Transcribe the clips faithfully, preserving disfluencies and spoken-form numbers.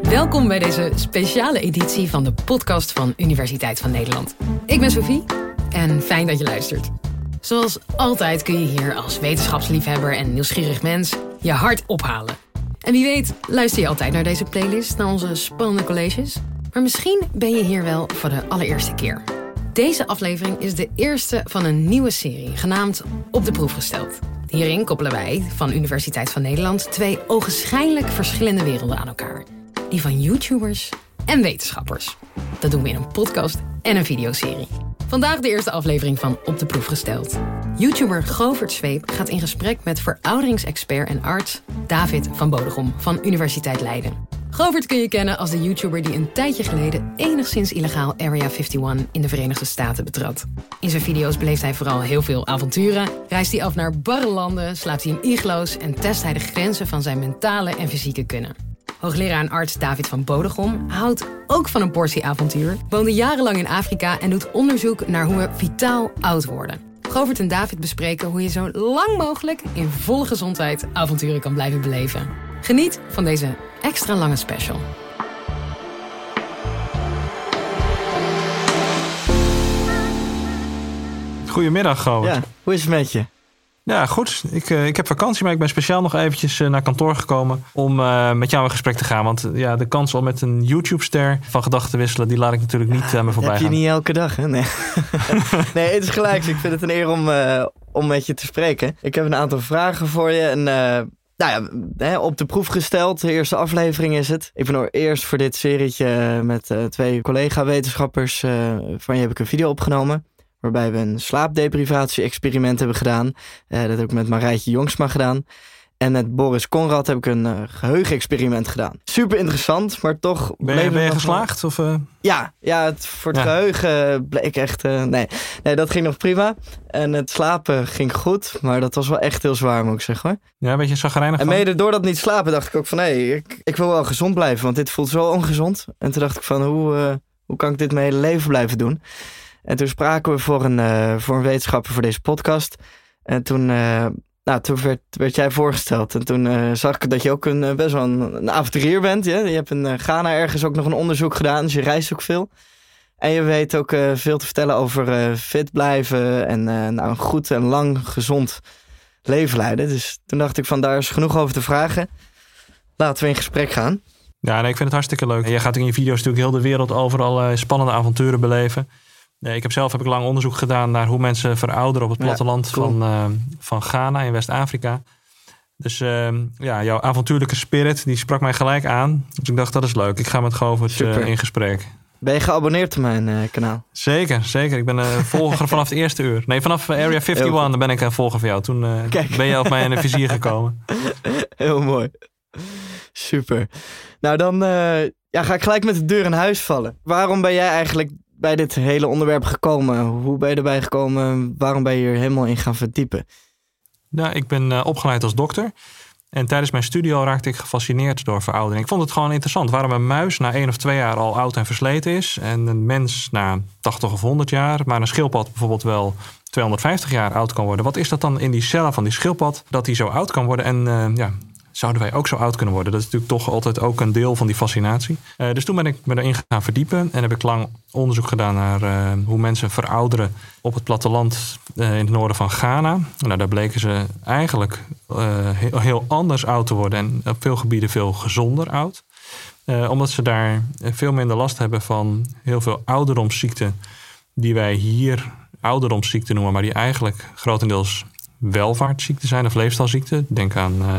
Welkom bij deze speciale editie van de podcast van Universiteit van Nederland. Ik ben Sophie en fijn dat je luistert. Zoals altijd kun je hier als wetenschapsliefhebber en nieuwsgierig mens je hart ophalen. En wie weet luister je altijd naar deze playlist, naar onze spannende colleges. Maar misschien ben je hier wel voor de allereerste keer. Deze aflevering is de eerste van een nieuwe serie, genaamd Op de Proef Gesteld. Hierin koppelen wij van Universiteit van Nederland twee ogenschijnlijk verschillende werelden aan elkaar. Die van YouTubers en wetenschappers. Dat doen we in een podcast en een videoserie. Vandaag de eerste aflevering van Op de Proef Gesteld. YouTuber Govert Zweep gaat in gesprek met verouderingsexpert en arts David van Bodegom van Universiteit Leiden. Govert kun je kennen als de YouTuber die een tijdje geleden enigszins illegaal Area eenenvijftig in de Verenigde Staten betrad. In zijn video's beleeft hij vooral heel veel avonturen, reist hij af naar barre landen, slaapt hij in iglo's en test hij de grenzen van zijn mentale en fysieke kunnen. Hoogleraar en arts David van Bodegom houdt ook van een portie avontuur, woonde jarenlang in Afrika en doet onderzoek naar hoe we vitaal oud worden. Govert en David bespreken hoe je zo lang mogelijk in volle gezondheid avonturen kan blijven beleven. Geniet van deze extra lange special. Goedemiddag, Govert. Ja, hoe is het met je? Ja, goed. Ik, uh, ik heb vakantie, maar ik ben speciaal nog eventjes uh, naar kantoor gekomen om uh, met jou in gesprek te gaan. Want uh, ja, de kans om met een YouTube-ster van gedachten te wisselen, die laat ik natuurlijk niet uh, me voorbij gaan. Heb je niet elke dag, hè? Nee, nee, het is gelijk. Ik vind het een eer om, uh, om met je te spreken. Ik heb een aantal vragen voor je en... Uh, Nou ja, op de proef gesteld. De eerste aflevering is het. Ik ben eerst voor dit serietje met uh, twee collega-wetenschappers. Uh, van je heb ik een video opgenomen. Waarbij we een slaapdeprivatie-experiment hebben gedaan. Uh, dat heb ik met Marijtje Jongsma gedaan. En met Boris Conrad heb ik een uh, geheugenexperiment gedaan. Super interessant, maar toch... Ben je, ben je geslaagd? Of, uh... Ja, ja het, voor het ja. geheugen bleek echt... Uh, nee. nee, dat ging nog prima. En het slapen ging goed, maar dat was wel echt heel zwaar, moet ik zeggen, hoor. Ja, een beetje chagrijnig. En van? mede door dat niet slapen dacht ik ook van... hé, hey, ik, ik wil wel gezond blijven, want dit voelt zo ongezond. En toen dacht ik van, hoe, uh, hoe kan ik dit mijn hele leven blijven doen? En toen spraken we voor een, uh, voor een wetenschapper voor deze podcast. En toen... Uh, Nou, toen werd, werd jij voorgesteld. En toen uh, zag ik dat je ook een, best wel een, een avonturier bent. Ja? Je hebt in uh, Ghana ergens ook nog een onderzoek gedaan. Dus je reist ook veel. En je weet ook uh, veel te vertellen over uh, fit blijven. En uh, nou, een goed en lang gezond leven leiden. Dus toen dacht ik van, daar is genoeg over te vragen. Laten we in gesprek gaan. Ja, nee, ik vind het hartstikke leuk. Je gaat in je video's natuurlijk heel de wereld over allerlei spannende avonturen beleven. Nee, ik heb zelf heb ik lang onderzoek gedaan naar hoe mensen verouderen op het platteland ja, cool. van, uh, van Ghana in West-Afrika. Dus uh, ja, jouw avontuurlijke spirit, die sprak mij gelijk aan. Dus ik dacht, dat is leuk. Ik ga met Govert uh, in gesprek. Ben je geabonneerd op mijn uh, kanaal? Zeker, zeker. Ik ben uh, volger vanaf het eerste uur. Nee, vanaf Area eenenvijftig dan ben ik een volger van jou. Toen uh, ben je op mij in de vizier gekomen. Heel mooi. Super. Nou, dan uh, ja, ga ik gelijk met de deur in huis vallen. Waarom ben jij eigenlijk... bij dit hele onderwerp gekomen? Hoe ben je erbij gekomen? Waarom ben je hier helemaal in gaan verdiepen? Nou, ik ben uh, opgeleid als dokter. En tijdens mijn studie al raakte ik gefascineerd door veroudering. Ik vond het gewoon interessant. Waarom een muis na één of twee jaar al oud en versleten is. En een mens na tachtig of honderd jaar. Maar een schildpad bijvoorbeeld wel tweehonderdvijftig jaar oud kan worden. Wat is dat dan in die cellen van die schildpad? Dat die zo oud kan worden. En uh, ja... zouden wij ook zo oud kunnen worden? Dat is natuurlijk toch altijd ook een deel van die fascinatie. Uh, dus toen ben ik me erin gaan verdiepen. En heb ik lang onderzoek gedaan naar uh, hoe mensen verouderen op het platteland uh, in het noorden van Ghana. Nou, daar bleken ze eigenlijk uh, heel, heel anders oud te worden. En op veel gebieden veel gezonder oud. Uh, omdat ze daar veel minder last hebben van heel veel ouderdomsziekten. Die wij hier ouderdomsziekten noemen. Maar die eigenlijk grotendeels welvaartsziekten zijn of leefstijlziekten. Denk aan... Uh,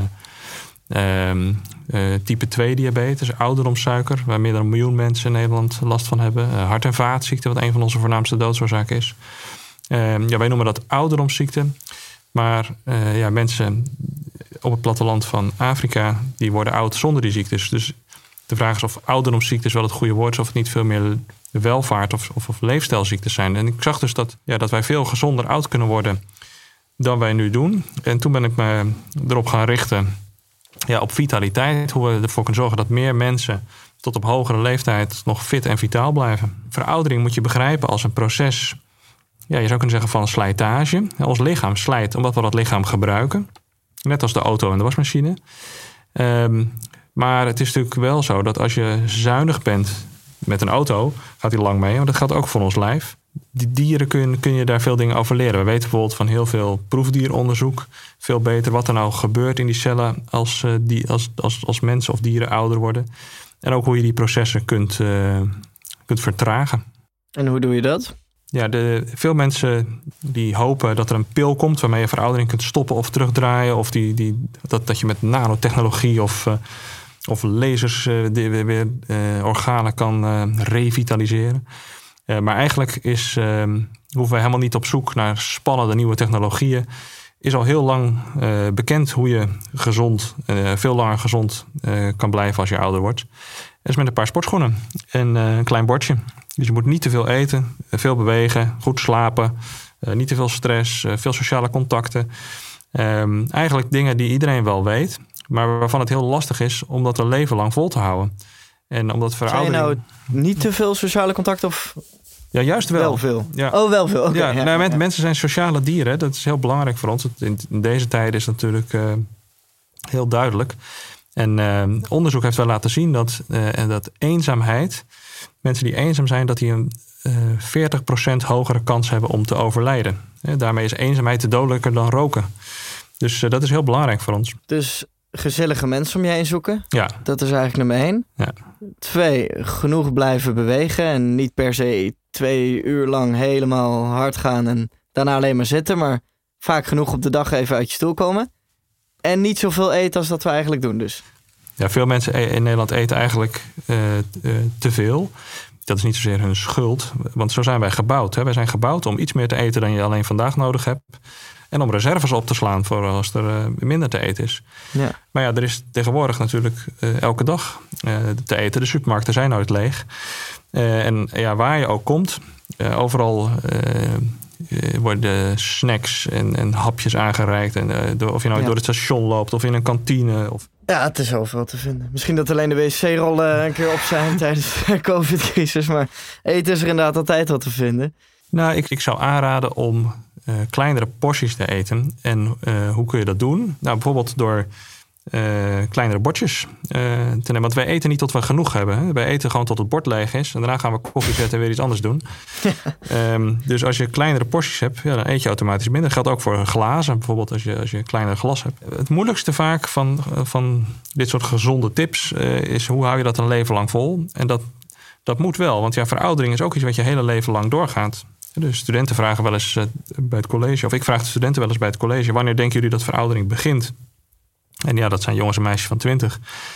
Um, uh, type twee diabetes, ouderdomssuiker, waar meer dan een miljoen mensen in Nederland last van hebben. Uh, hart- en vaatziekten, wat een van onze voornaamste doodsoorzaken is. Um, ja, wij noemen dat ouderdomsziekten. Maar uh, ja, mensen op het platteland van Afrika, die worden oud zonder die ziektes. Dus de vraag is of ouderdomsziektes wel het goede woord is, of het niet veel meer welvaart of, of, of leefstijlziektes zijn. En ik zag dus dat, ja, dat wij veel gezonder oud kunnen worden dan wij nu doen. En toen ben ik me erop gaan richten... Ja, op vitaliteit, hoe we ervoor kunnen zorgen dat meer mensen tot op hogere leeftijd nog fit en vitaal blijven. Veroudering moet je begrijpen als een proces, ja, je zou kunnen zeggen van slijtage. Ons lichaam slijt omdat we dat lichaam gebruiken. Net als de auto en de wasmachine. Um, Maar het is natuurlijk wel zo dat als je zuinig bent met een auto, gaat die lang mee. Maar dat geldt ook voor ons lijf. Die dieren kun, kun je daar veel dingen over leren. We weten bijvoorbeeld van heel veel proefdieronderzoek veel beter wat er nou gebeurt in die cellen als, uh, die, als, als, als mensen of dieren ouder worden. En ook hoe je die processen kunt, uh, kunt vertragen. En hoe doe je dat? Ja, de, veel mensen die hopen dat er een pil komt waarmee je veroudering kunt stoppen of terugdraaien. Of die, die, dat, dat je met nanotechnologie of, uh, of lasers uh, weer, weer uh, organen kan uh, revitaliseren. Uh, maar eigenlijk is, uh, hoeven we helemaal niet op zoek naar spannende nieuwe technologieën. Is al heel lang uh, bekend hoe je gezond, uh, veel langer gezond uh, kan blijven als je ouder wordt. Dat is met een paar sportschoenen en uh, een klein bordje. Dus je moet niet te veel eten, veel bewegen, goed slapen, uh, niet te veel stress, uh, veel sociale contacten. Um, eigenlijk dingen die iedereen wel weet, maar waarvan het heel lastig is om dat een leven lang vol te houden. En omdat veroudering... Zijn je nou niet te veel sociale contacten of... Ja, juist wel. Wel veel. Ja. Oh, wel veel. Okay, ja, ja, nou, ja. Mensen zijn sociale dieren. Dat is heel belangrijk voor ons. In deze tijd is dat natuurlijk uh, heel duidelijk. En uh, onderzoek heeft wel laten zien dat, uh, en dat eenzaamheid... mensen die eenzaam zijn, dat die een uh, veertig procent hogere kans hebben om te overlijden. Uh, daarmee is eenzaamheid dodelijker dan roken. Dus uh, dat is heel belangrijk voor ons. Dus gezellige mensen om je heen zoeken. Ja. Dat is eigenlijk nummer één. Ja. Twee, genoeg blijven bewegen. En niet per se twee uur lang helemaal hard gaan en daarna alleen maar zitten. Maar vaak genoeg op de dag even uit je stoel komen. En niet zoveel eten als dat we eigenlijk doen dus. Ja, veel mensen in Nederland eten eigenlijk uh, uh, te veel. Dat is niet zozeer hun schuld. Want zo zijn wij gebouwd. Hè. Wij zijn gebouwd om iets meer te eten dan je alleen vandaag nodig hebt. En om reserves op te slaan voor als er uh, minder te eten is. Ja. Maar ja, er is tegenwoordig natuurlijk uh, elke dag uh, te eten. De supermarkten zijn nooit leeg. Uh, en ja, waar je ook komt, uh, overal uh, uh, worden snacks en, en hapjes aangereikt. En, uh, door, of je nou ja. door het station loopt of in een kantine. Of... Ja, het is overal te vinden. Misschien dat alleen de wc-rollen een keer op zijn tijdens de COVID-crisis. Maar eten is er inderdaad altijd wat te vinden. Nou, ik, ik zou aanraden om uh, kleinere porties te eten. En uh, hoe kun je dat doen? Nou, bijvoorbeeld door uh, kleinere bordjes uh, te nemen. Want wij eten niet tot we genoeg hebben. Hè? Wij eten gewoon tot het bord leeg is. En daarna gaan we koffie zetten en weer iets anders doen. um, dus als je kleinere porties hebt, ja, dan eet je automatisch minder. Dat geldt ook voor glazen. Bijvoorbeeld als je, als je een kleiner glas hebt. Het moeilijkste vaak van, van dit soort gezonde tips uh, is hoe hou je dat een leven lang vol? En dat, dat moet wel. Want ja, veroudering is ook iets wat je hele leven lang doorgaat. De studenten vragen wel eens bij het college, of ik vraag de studenten wel eens bij het college, wanneer denken jullie dat veroudering begint? En ja, dat zijn jongens en meisjes van twintig.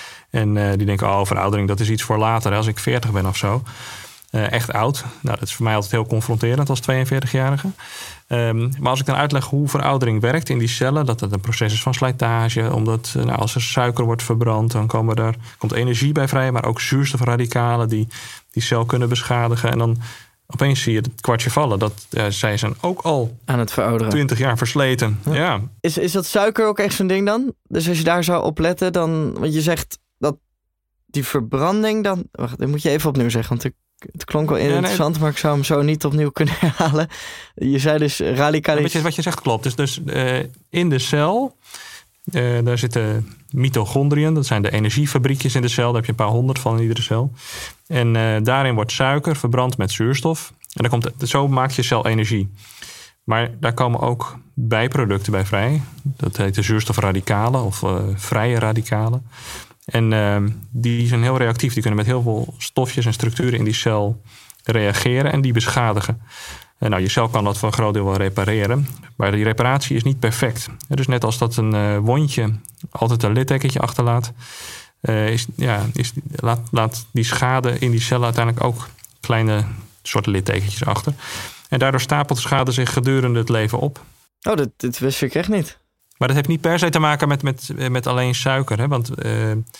En uh, die denken, oh, veroudering, dat is iets voor later, als ik veertig ben of zo. Uh, echt oud. Nou, dat is voor mij altijd heel confronterend als tweeënveertigjarige. Um, maar als ik dan uitleg hoe veroudering werkt in die cellen, dat het een proces is van slijtage, omdat nou, als er suiker wordt verbrand, dan komen er, komt energie bij vrij, maar ook zuurstofradicalen die die cel kunnen beschadigen. En dan opeens zie je het kwartje vallen. Dat, ja, zij zijn ook al aan het verouderen. twintig jaar versleten. Ja. Ja. Is, is dat suiker ook echt zo'n ding dan? Dus als je daar zou op letten, dan... Want je zegt dat die verbranding dan... Wacht, dat moet je even opnieuw zeggen. Want het, het klonk wel interessant, ja, nee, maar ik zou hem zo niet opnieuw kunnen herhalen. Je zei dus radicalisering. Ja, wat je zegt klopt. Dus, dus uh, in de cel... Uh, daar zitten mitochondriën, dat zijn de energiefabriekjes in de cel. Daar heb je een paar honderd van in iedere cel. En uh, daarin wordt suiker verbrand met zuurstof. En dan komt, zo maakt je cel energie. Maar daar komen ook bijproducten bij vrij. Dat heet de zuurstofradicalen of uh, vrije radicalen. En uh, die zijn heel reactief. Die kunnen met heel veel stofjes en structuren in die cel reageren en die beschadigen. En nou, je cel kan dat voor een groot deel wel repareren. Maar die reparatie is niet perfect. Dus net als dat een uh, wondje altijd een littekentje achterlaat, Uh, is, ja, is, laat, laat die schade in die cellen uiteindelijk ook kleine soort littekentjes achter. En daardoor stapelt de schade zich gedurende het leven op. Oh, dat, dat wist ik echt niet. Maar dat heeft niet per se te maken met, met, met alleen suiker. Hè? Want, uh,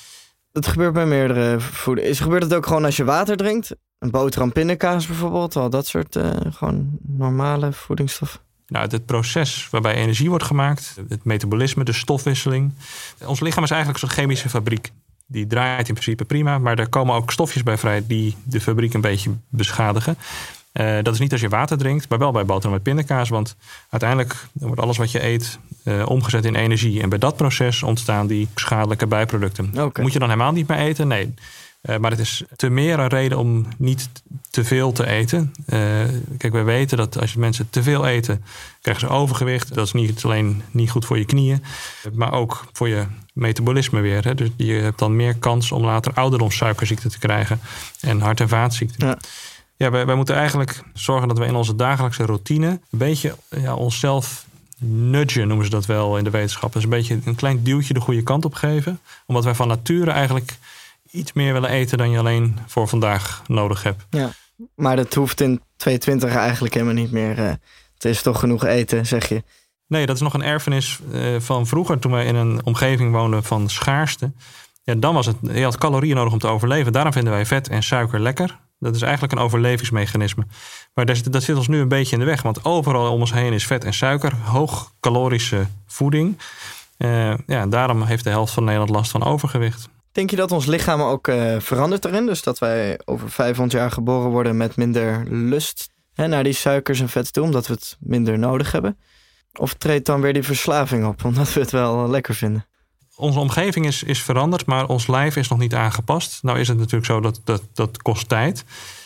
dat gebeurt bij meerdere voeding. Is gebeurt het ook gewoon als je water drinkt? Een boterham pindakaas bijvoorbeeld. Al dat soort uh, gewoon normale voedingsstoffen. Nou, het proces waarbij energie wordt gemaakt, het metabolisme, de stofwisseling. Ons lichaam is eigenlijk zo'n chemische fabriek. Die draait in principe prima, maar er komen ook stofjes bij vrij die de fabriek een beetje beschadigen. Uh, dat is niet als je water drinkt, maar wel bij boterham met pindakaas. Want uiteindelijk wordt alles wat je eet uh, omgezet in energie. En bij dat proces ontstaan die schadelijke bijproducten. Okay. Moet je dan helemaal niet meer eten? Nee. Uh, maar het is te meer een reden om niet te veel te eten. Uh, kijk, wij weten dat als mensen te veel eten, krijgen ze overgewicht. Dat is niet alleen niet goed voor je knieën, maar ook voor je metabolisme weer. Hè. Dus je hebt dan meer kans om later ouderdomssuikerziekte te krijgen en hart- en vaatziekten. Ja. Ja, wij, wij moeten eigenlijk zorgen dat we in onze dagelijkse routine een beetje ja, onszelf nudgen, noemen ze dat wel in de wetenschap. Dus een beetje een klein duwtje de goede kant op geven. Omdat wij van nature eigenlijk iets meer willen eten dan je alleen voor vandaag nodig hebt. Ja, maar dat hoeft in tweeduizend twintig eigenlijk helemaal niet meer. Uh, het is toch genoeg eten, zeg je? Nee, dat is nog een erfenis uh, van vroeger toen wij in een omgeving woonden van schaarste. Ja, dan was het, je had calorieën nodig om te overleven. Daarom vinden wij vet en suiker lekker. Dat is eigenlijk een overlevingsmechanisme. Maar dat, dat zit ons nu een beetje in de weg. Want overal om ons heen is vet en suiker. Hoogcalorische voeding. Uh, ja, daarom heeft de helft van Nederland last van overgewicht. Denk je dat ons lichaam ook uh, verandert erin? Dus dat wij over vijfhonderd jaar geboren worden met minder lust hè, naar die suikers en vetten toe, omdat we het minder nodig hebben? Of treedt dan weer die verslaving op, omdat we het wel lekker vinden? Onze omgeving is, is veranderd, maar ons lijf is nog niet aangepast. Nou is het natuurlijk zo dat dat, dat kost tijd.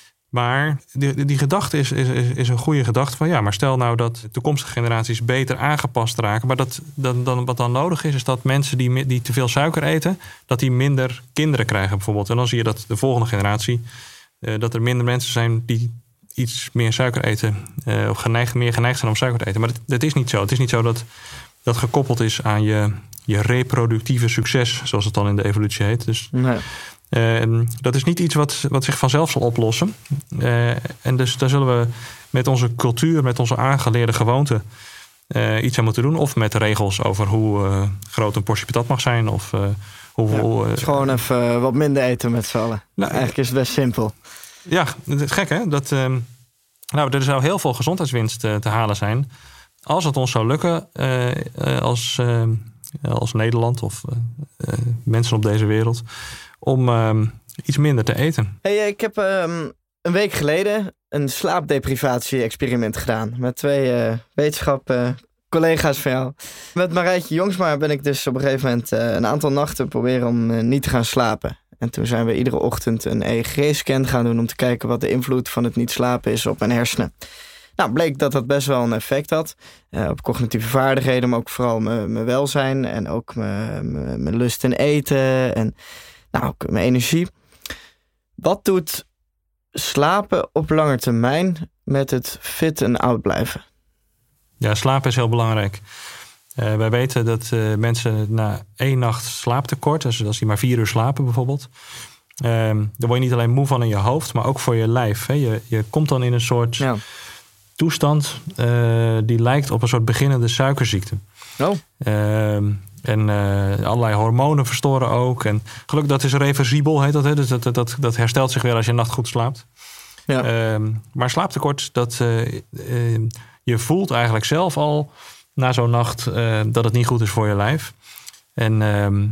Maar die, die gedachte is, is, is een goede gedachte van ja, maar stel nou dat toekomstige generaties beter aangepast raken. Maar dat, dan, dan, wat dan nodig is, is dat mensen die, die te veel suiker eten, dat die minder kinderen krijgen bijvoorbeeld. En dan zie je dat de volgende generatie, uh, dat er minder mensen zijn die iets meer suiker eten. Uh, of geneigd, meer geneigd zijn om suiker te eten. Maar dat, dat is niet zo. Het is niet zo dat dat gekoppeld is aan je, je reproductieve succes, zoals het dan in de evolutie heet. Dus nee. Uh, dat is niet iets wat, wat zich vanzelf zal oplossen. Uh, en dus daar zullen we met onze cultuur, met onze aangeleerde gewoonten uh, iets aan moeten doen. Of met regels over hoe uh, groot een portie patat mag zijn. Of uh, hoeveel... Ja, dus gewoon even uh, wat minder eten met z'n allen. Nou, Eigenlijk is het best simpel. Ja, het is gek hè. Dat, uh, nou, er zou heel veel gezondheidswinst uh, te halen zijn. Als het ons zou lukken uh, uh, als, uh, als Nederland of uh, uh, mensen op deze wereld, om um, iets minder te eten. Hey, ik heb um, een week geleden een slaapdeprivatie-experiment gedaan. Met twee uh, wetenschap-collega's uh, van jou. Met Marijtje Jongsma ben ik dus op een gegeven moment uh, een aantal nachten proberen om uh, niet te gaan slapen. En toen zijn we iedere ochtend een E E G-scan gaan doen om te kijken wat de invloed van het niet slapen is op mijn hersenen. Nou, bleek dat dat best wel een effect had. Uh, op cognitieve vaardigheden, maar ook vooral mijn, mijn welzijn en ook mijn, mijn, mijn lust in eten en nou, ook mijn energie. Wat doet slapen op lange termijn met het fit en oud blijven? Ja, slapen is heel belangrijk. Uh, wij weten dat uh, mensen na één nacht slaaptekort, dus als die maar vier uur slapen bijvoorbeeld, uh, daar word je niet alleen moe van in je hoofd, maar ook voor je lijf. Hè. Je, je komt dan in een soort ja. toestand uh, die lijkt op een soort beginnende suikerziekte. Oh. Uh, En uh, allerlei hormonen verstoren ook. En gelukkig, dat is reversibel, heet dat. Hè? Dus dat, dat, dat herstelt zich weer als je een nacht goed slaapt. Ja. Uh, maar slaaptekort, dat, uh, uh, je voelt eigenlijk zelf al na zo'n nacht uh, dat het niet goed is voor je lijf. En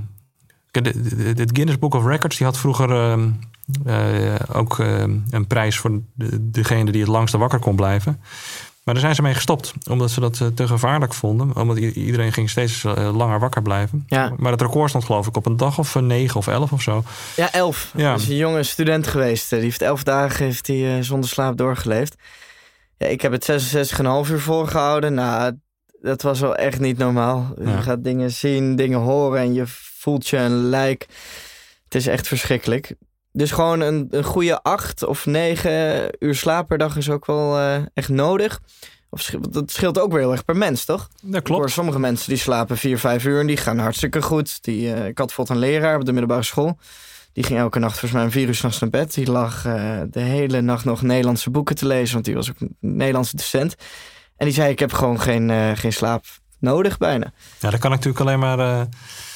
uh, het Guinness Book of Records die had vroeger uh, uh, ook uh, een prijs voor de, degene die het langste wakker kon blijven. Maar daar zijn ze mee gestopt, omdat ze dat te gevaarlijk vonden. Omdat iedereen ging steeds langer wakker blijven. Ja. Maar het record stond geloof ik op een dag of negen of elf of zo. Ja, elf. Ja. Dat is een jonge student geweest. Die heeft elf dagen heeft hij zonder slaap doorgeleefd. Ja, ik heb het zesenzestig komma vijf uur volgehouden. Nou, dat was wel echt niet normaal. Ja. Je gaat dingen zien, dingen horen en je voelt je een lijk. Het is echt verschrikkelijk. Dus gewoon een, een goede acht of negen uur slaap per dag is ook wel uh, echt nodig. Of, dat scheelt ook weer heel erg per mens, toch? Dat klopt. Voor sommige mensen die slapen vier, vijf uur en die gaan hartstikke goed. Die, uh, ik had bijvoorbeeld een leraar op de middelbare school. Die ging elke nacht volgens mij om vier uur 's nachts naar bed. Die lag uh, de hele nacht nog Nederlandse boeken te lezen, want die was ook een Nederlandse docent. En die zei, ik heb gewoon geen, uh, geen slaap nodig bijna. Ja, dat kan ik natuurlijk alleen maar uh,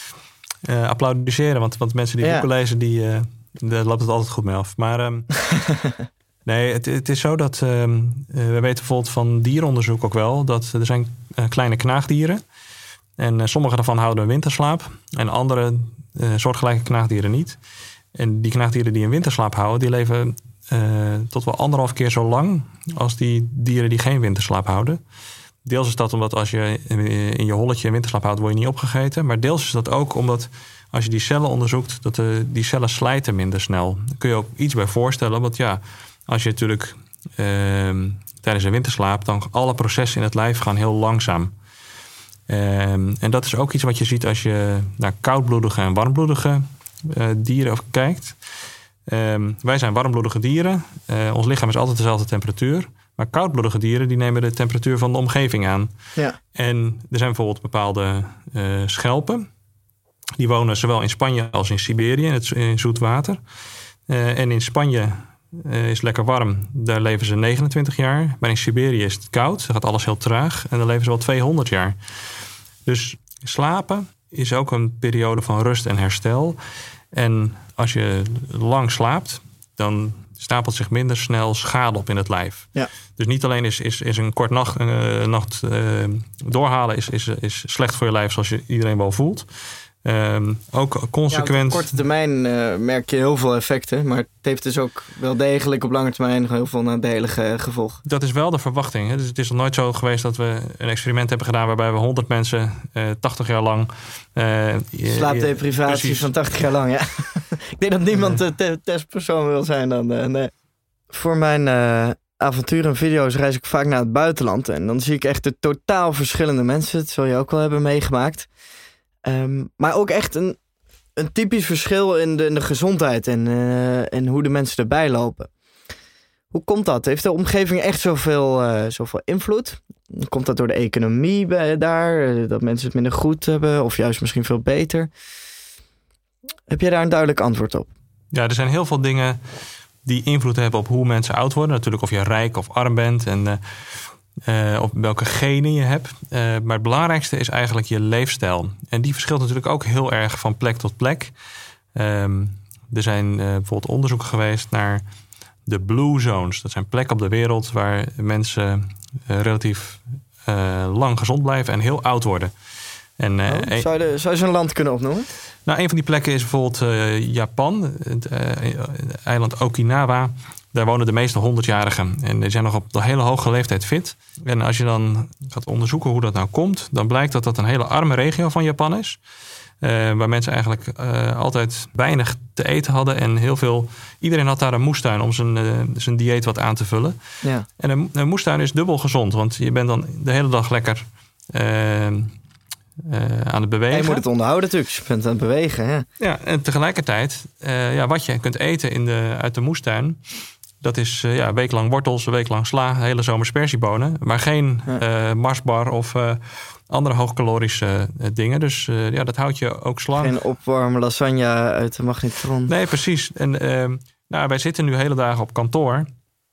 uh, applaudisseren. Want, want mensen die ja. boeken lezen, die... Uh... Daar loopt het altijd goed mee af. Maar um, nee, het, het is zo dat... Um, we weten bijvoorbeeld van dierenonderzoek ook wel... dat er zijn uh, kleine knaagdieren. En uh, sommige daarvan houden een winterslaap. En andere uh, soortgelijke knaagdieren niet. En die knaagdieren die een winterslaap houden... die leven uh, tot wel anderhalf keer zo lang als die dieren die geen winterslaap houden. Deels is dat omdat als je in je holletje een winterslaap houdt, word je niet opgegeten. Maar deels is dat ook omdat als je die cellen onderzoekt, dat de, die cellen slijten minder snel. Daar kun je ook iets bij voorstellen. Want ja, als je natuurlijk uh, tijdens een winterslaap, dan alle processen in het lijf gaan heel langzaam. Um, en dat is ook iets wat je ziet als je naar koudbloedige en warmbloedige uh, dieren kijkt. Um, wij zijn warmbloedige dieren. Uh, ons lichaam is altijd dezelfde temperatuur. Maar koudbloedige dieren die nemen de temperatuur van de omgeving aan. Ja. En er zijn bijvoorbeeld bepaalde uh, schelpen. Die wonen zowel in Spanje als in Siberië, in, het, in zoet water. Uh, en in Spanje uh, is het lekker warm. Daar leven ze negenentwintig jaar. Maar in Siberië is het koud. Dan gaat alles heel traag. En dan leven ze wel tweehonderd jaar. Dus slapen is ook een periode van rust en herstel. En als je lang slaapt, dan stapelt zich minder snel schade op in het lijf. Ja. Dus niet alleen is, is, is een kort nacht, uh, nacht uh, doorhalen is, is, is slecht voor je lijf, zoals je iedereen wel voelt. Um, ook consequent. Ja, op korte termijn uh, merk je heel veel effecten. Maar het heeft dus ook wel degelijk op lange termijn heel veel nadelige gevolgen. Dat is wel de verwachting. Hè? Dus het is nog nooit zo geweest dat we een experiment hebben gedaan waarbij we honderd mensen uh, tachtig jaar lang. Uh, Slaapdeprivatie precies. van tachtig jaar lang, ja. Ik denk dat niemand de te- testpersoon wil zijn dan. Uh, nee. Voor mijn uh, avonturen en video's reis ik vaak naar het buitenland. En dan zie ik echt de totaal verschillende mensen. Dat zul je ook wel hebben meegemaakt. Um, maar ook echt een, een typisch verschil in de, in de gezondheid en, uh, en hoe de mensen erbij lopen. Hoe komt dat? Heeft de omgeving echt zoveel, uh, zoveel invloed? Komt dat door de economie bij, daar? Uh, dat mensen het minder goed hebben of juist misschien veel beter? Heb jij daar een duidelijk antwoord op? Ja, er zijn heel veel dingen die invloed hebben op hoe mensen oud worden. Natuurlijk of je rijk of arm bent en uh, uh, of welke genen je hebt. Uh, maar het belangrijkste is eigenlijk je leefstijl. En die verschilt natuurlijk ook heel erg van plek tot plek. Um, er zijn uh, bijvoorbeeld onderzoeken geweest naar de blue zones. Dat zijn plekken op de wereld waar mensen uh, relatief uh, lang gezond blijven en heel oud worden. En, uh, oh, zou, je de, zou je zo'n land kunnen opnoemen? Nou, een van die plekken is bijvoorbeeld uh, Japan. Het uh, eiland Okinawa. Daar wonen de meeste honderdjarigen. En die zijn nog op de hele hoge leeftijd fit. En als je dan gaat onderzoeken hoe dat nou komt, dan blijkt dat dat een hele arme regio van Japan is. Uh, waar mensen eigenlijk uh, altijd weinig te eten hadden. En heel veel. Iedereen had daar een moestuin om zijn, uh, zijn dieet wat aan te vullen. Ja. En een, een moestuin is dubbel gezond. Want je bent dan de hele dag lekker Uh, Uh, aan het bewegen. En je moet het onderhouden natuurlijk, je bent aan het bewegen. Ja, ja en tegelijkertijd, uh, ja, wat je kunt eten in de, uit de moestuin, dat is uh, ja, een week lang wortels, een week lang sla, een hele zomer spersiebonen. Maar geen ja. uh, Marsbar of uh, andere hoogcalorische uh, dingen. Dus uh, ja, dat houdt je ook slank. Geen opwarme lasagne uit de magnetron. Nee, precies. En uh, nou, wij zitten nu hele dagen op kantoor.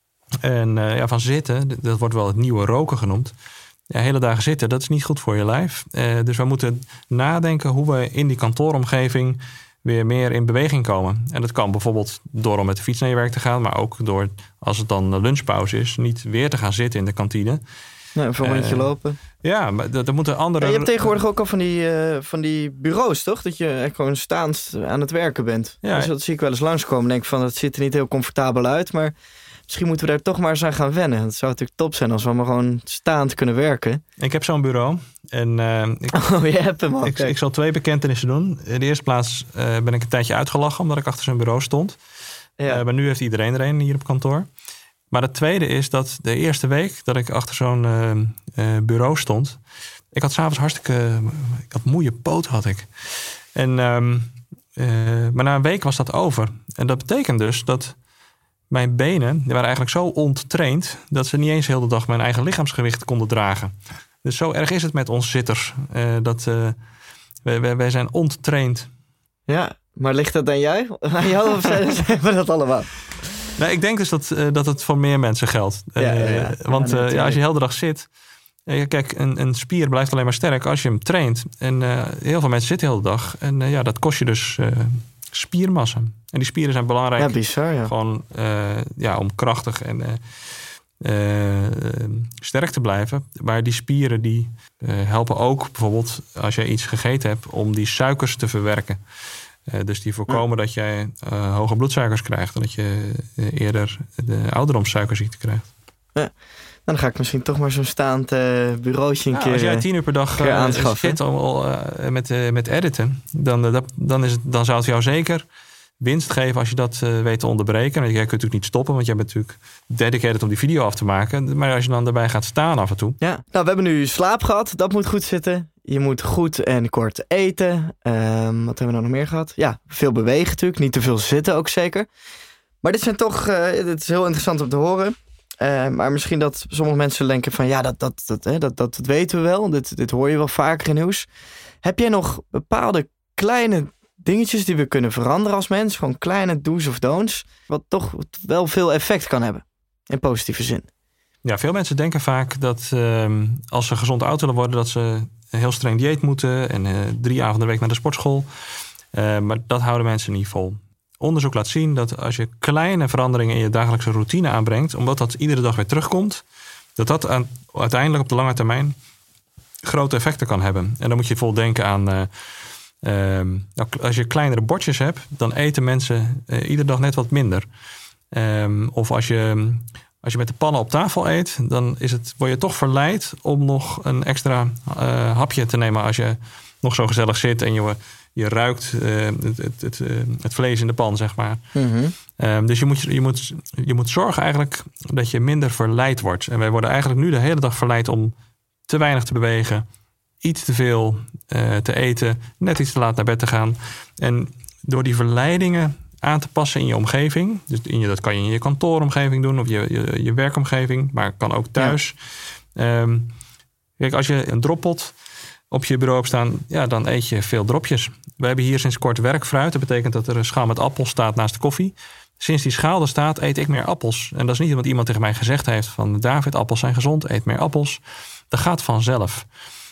En uh, ja, van zitten, dat wordt wel het nieuwe roken genoemd. Ja, hele dagen zitten, dat is niet goed voor je lijf. Uh, dus we moeten nadenken hoe we in die kantooromgeving weer meer in beweging komen. En dat kan bijvoorbeeld door om met de fiets naar je werk te gaan, maar ook door, als het dan lunchpauze is, niet weer te gaan zitten in de kantine. Nee, even een rondje uh, lopen. Ja, maar dat, dat moeten andere. Ja, je hebt tegenwoordig ook al van die, uh, van die bureaus, toch? Dat je echt gewoon staand aan het werken bent. Ja, dus dat zie ik wel eens langskomen. Denk van, dat ziet er niet heel comfortabel uit, maar misschien moeten we daar toch maar eens aan gaan wennen. Het zou natuurlijk top zijn als we maar gewoon staand kunnen werken. Ik heb zo'n bureau. En, uh, ik, oh, je hebt hem al. Ik, ik zal twee bekentenissen doen. In de eerste plaats uh, ben ik een tijdje uitgelachen omdat ik achter zijn bureau stond. Ja. Uh, maar nu heeft iedereen er een hier op kantoor. Maar het tweede is dat de eerste week dat ik achter zo'n uh, uh, bureau stond, ik had s'avonds hartstikke, uh, ik had moeie poot had ik. En, um, uh, maar na een week was dat over. En dat betekent dus dat mijn benen, die waren eigenlijk zo onttraind dat ze niet eens heel de dag mijn eigen lichaamsgewicht konden dragen. Dus zo erg is het met ons zitters. Uh, dat uh, wij, wij, wij zijn onttraind. Ja, maar ligt dat aan jij? Aan jou of zijn we dat allemaal? Nee, ik denk dus dat, uh, dat het voor meer mensen geldt. Ja, ja, ja. Uh, want uh, ja, als je de hele dag zit. Uh, kijk, een, een spier blijft alleen maar sterk als je hem traint. En uh, heel veel mensen zitten de hele dag. En uh, ja, dat kost je dus uh, spiermassa. En die spieren zijn belangrijk. Ja, bizar, ja. Gewoon uh, ja, om krachtig en uh, uh, sterk te blijven. Maar die spieren die uh, helpen ook bijvoorbeeld als je iets gegeten hebt om die suikers te verwerken. Uh, dus die voorkomen ja. dat jij uh, hoge bloedsuikers krijgt en dat je uh, eerder de ouderdomssuikerziekte krijgt. Ja. Dan ga ik misschien toch maar zo'n staand uh, bureautje een nou, keer als jij tien uur per dag uh, zit om, uh, met, uh, met editen, dan, uh, dat, dan, is het, dan zou het jou zeker winst geven als je dat uh, weet te onderbreken. Want jij kunt natuurlijk niet stoppen, want jij bent natuurlijk dedicated om die video af te maken. Maar als je dan erbij gaat staan af en toe. Ja, nou, we hebben nu slaap gehad. Dat moet goed zitten. Je moet goed en kort eten. Um, wat hebben we nou nog meer gehad? Ja, veel bewegen natuurlijk. Niet te veel zitten ook zeker. Maar dit zijn toch, uh, dit is heel interessant om te horen. Uh, maar misschien dat sommige mensen denken van ja, dat, dat, dat, hè, dat, dat, dat weten we wel. Dit, dit hoor je wel vaker in nieuws. Heb jij nog bepaalde kleine dingetjes die we kunnen veranderen als mens? Gewoon kleine do's of don'ts. Wat toch wel veel effect kan hebben. In positieve zin. Ja, veel mensen denken vaak dat uh, als ze gezond oud willen worden, dat ze een heel streng dieet moeten. En uh, drie avonden de week naar de sportschool. Uh, maar dat houden mensen niet vol. Onderzoek laat zien dat als je kleine veranderingen in je dagelijkse routine aanbrengt, omdat dat iedere dag weer terugkomt, dat dat aan, uiteindelijk op de lange termijn grote effecten kan hebben. En dan moet je vol denken aan, uh, uh, nou, als je kleinere bordjes hebt, dan eten mensen uh, iedere dag net wat minder. Um, of als je, als je met de pannen op tafel eet, dan is het, word je toch verleid om nog een extra uh, hapje te nemen als je nog zo gezellig zit en je Je ruikt uh, het, het, het, uh, het vlees in de pan, zeg maar. Mm-hmm. Um, dus je moet, je, moet, je moet zorgen eigenlijk dat je minder verleid wordt. En wij worden eigenlijk nu de hele dag verleid om te weinig te bewegen, iets te veel uh, te eten, net iets te laat naar bed te gaan. En door die verleidingen aan te passen in je omgeving, dus in je, dat kan je in je kantooromgeving doen of je, je, je werkomgeving, maar kan ook thuis. Ja. Um, kijk, als je een droppot op je bureau hebt staan, ja, dan eet je veel dropjes. We hebben hier sinds kort werkfruit. Dat betekent dat er een schaal met appels staat naast de koffie. Sinds die schaal er staat, eet ik meer appels. En dat is niet omdat iemand tegen mij gezegd heeft van David, appels zijn gezond, eet meer appels. Dat gaat vanzelf.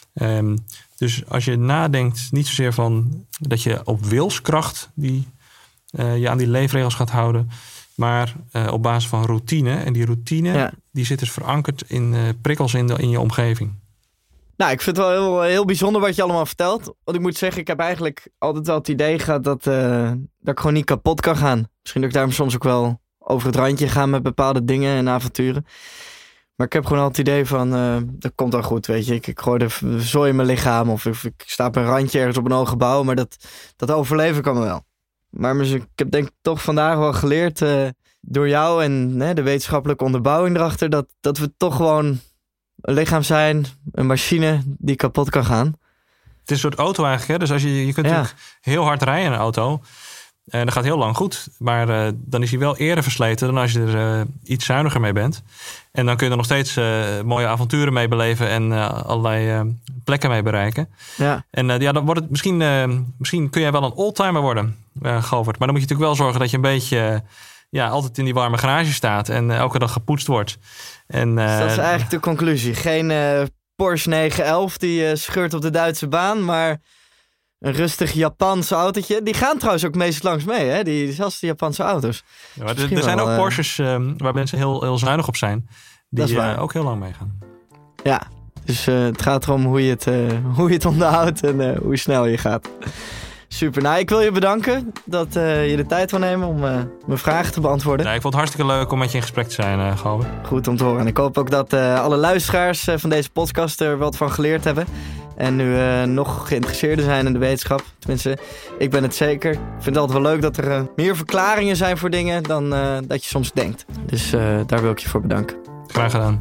Um, dus als je nadenkt, niet zozeer van dat je op wilskracht die, uh, je aan die leefregels gaat houden, maar uh, op basis van routine. En die routine, ja. die zit dus verankerd in uh, prikkels in, de, in je omgeving. Nou, ik vind het wel heel, heel bijzonder wat je allemaal vertelt. Want ik moet zeggen, ik heb eigenlijk altijd wel het idee gehad dat, uh, dat ik gewoon niet kapot kan gaan. Misschien dat ik daar soms ook wel over het randje ga met bepaalde dingen en avonturen. Maar ik heb gewoon al het idee van, uh, dat komt al goed, weet je. Ik, ik gooi de zooi in mijn lichaam of ik, ik sta op een randje ergens op een hoog gebouw. Maar dat, dat overleven kan me wel. Maar ik heb denk ik toch vandaag wel geleerd uh, door jou en uh, de wetenschappelijke onderbouwing erachter, dat, dat we toch gewoon een lichaam zijn, een machine die kapot kan gaan. Het is een soort auto eigenlijk. Hè? Dus als je, je kunt ja. natuurlijk heel hard rijden in een auto. En dat gaat heel lang goed. Maar uh, dan is hij wel eerder versleten dan als je er uh, iets zuiniger mee bent. En dan kun je er nog steeds uh, mooie avonturen mee beleven en uh, allerlei uh, plekken mee bereiken. Ja. En uh, ja, dan wordt het misschien, uh, misschien kun jij wel een oldtimer worden, uh, Govert. Maar dan moet je natuurlijk wel zorgen dat je een beetje uh, ja, altijd in die warme garage staat en uh, elke dag gepoetst wordt. En, uh, dus dat is eigenlijk de conclusie. Geen uh, Porsche negen elf die uh, scheurt op de Duitse baan, maar een rustig Japans autootje. Die gaan trouwens ook meestal langs mee, hè? Die, zelfs de Japanse auto's. Ja, er, er zijn wel, ook Porsches uh, waar mensen heel, heel zuinig op zijn. Die uh, ook heel lang meegaan. Ja, dus uh, het gaat erom hoe je het, uh, hoe je het onderhoudt en uh, hoe snel je gaat. Super. Nou, ik wil je bedanken dat uh, je de tijd wil nemen om uh, mijn vragen te beantwoorden. Ja, ik vond het hartstikke leuk om met je in gesprek te zijn, uh, Govert. Goed om te horen. En ik hoop ook dat uh, alle luisteraars uh, van deze podcast er wat van geleerd hebben. En nu uh, nog geïnteresseerder zijn in de wetenschap. Tenminste, ik ben het zeker. Ik vind het altijd wel leuk dat er uh, meer verklaringen zijn voor dingen dan uh, dat je soms denkt. Dus uh, daar wil ik je voor bedanken. Graag gedaan.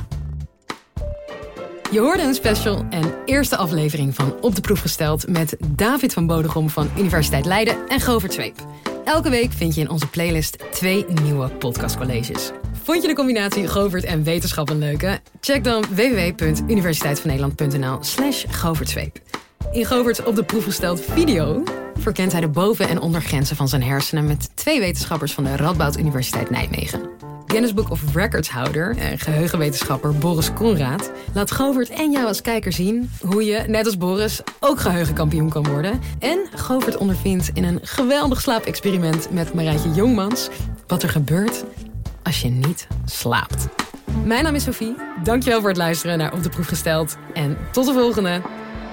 Je hoorde een special en eerste aflevering van Op de Proef Gesteld met David van Bodegom van Universiteit Leiden en Govert Zweep. Elke week vind je in onze playlist twee nieuwe podcastcolleges. Vond je de combinatie Govert en wetenschap een leuke? Check dan w w w punt universiteitvannederland punt n l slash Govert Zweep. In Govert's Op de Proef Gesteld video verkent hij de boven- en ondergrenzen van zijn hersenen met twee wetenschappers van de Radboud Universiteit Nijmegen. Guinness Book of Records houder en geheugenwetenschapper Boris Conrad laat Govert en jou als kijker zien hoe je, net als Boris, ook geheugenkampioen kan worden. En Govert ondervindt in een geweldig slaapexperiment met Marijtje Jongmans wat er gebeurt als je niet slaapt. Mijn naam is Sophie. Dankjewel voor het luisteren naar Op de Proef Gesteld. En tot de volgende.